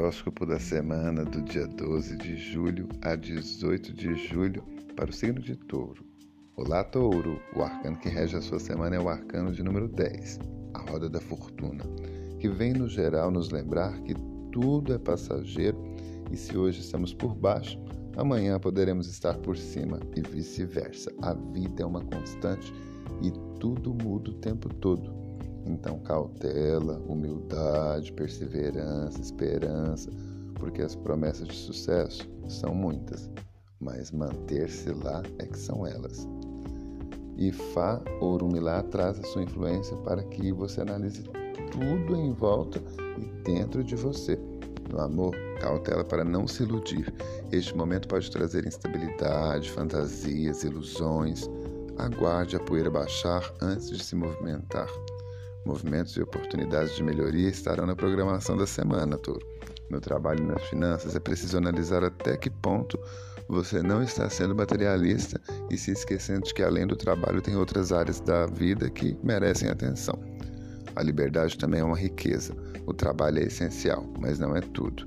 horóscopo da semana do dia 12 de julho a 18 de julho para o signo de Touro. Olá, Touro! O arcano que rege a sua semana é o arcano de número 10, a roda da fortuna, que vem no geral nos lembrar que tudo é passageiro e se hoje estamos por baixo, amanhã poderemos estar por cima e vice-versa. A vida é uma constante e tudo muda o tempo todo. Então, cautela, humildade, perseverança, esperança, porque as promessas de sucesso são muitas, mas manter-se lá é que são elas. E Fá Orunmila traz a sua influência para que você analise tudo em volta e dentro de você. No amor, cautela para não se iludir. Este momento pode trazer instabilidade, fantasias, ilusões. Aguarde a poeira baixar antes de se movimentar. Movimentos e oportunidades de melhoria estarão na programação da semana, Touro. No trabalho e nas finanças, é preciso analisar até que ponto você não está sendo materialista e se esquecendo de que além do trabalho tem outras áreas da vida que merecem atenção. A liberdade também é uma riqueza. O trabalho é essencial, mas não é tudo.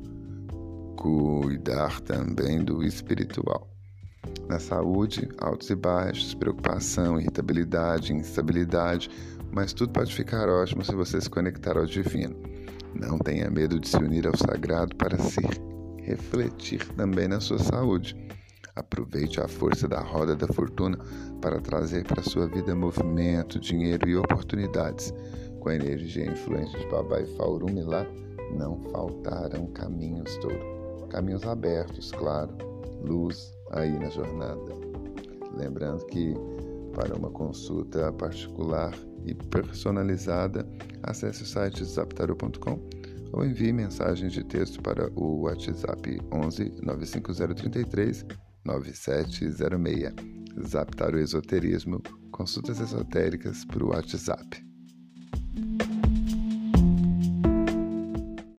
Cuidar também do espiritual. Na saúde, altos e baixos, preocupação, irritabilidade, instabilidade, mas tudo pode ficar ótimo se você se conectar ao divino. Não tenha medo de se unir ao sagrado para se refletir também na sua saúde. Aproveite a força da roda da fortuna para trazer para a sua vida movimento, dinheiro e oportunidades. Com a energia e influência de Babá e Fá Orunmila, não faltarão caminhos, Touro. Caminhos abertos, claro. Luz aí na jornada. Lembrando que para uma consulta particular e personalizada, acesse o site zaptarot.com ou envie mensagens de texto para o WhatsApp 11 95033 9706. Zaptarot Esoterismo, consultas esotéricas para o WhatsApp.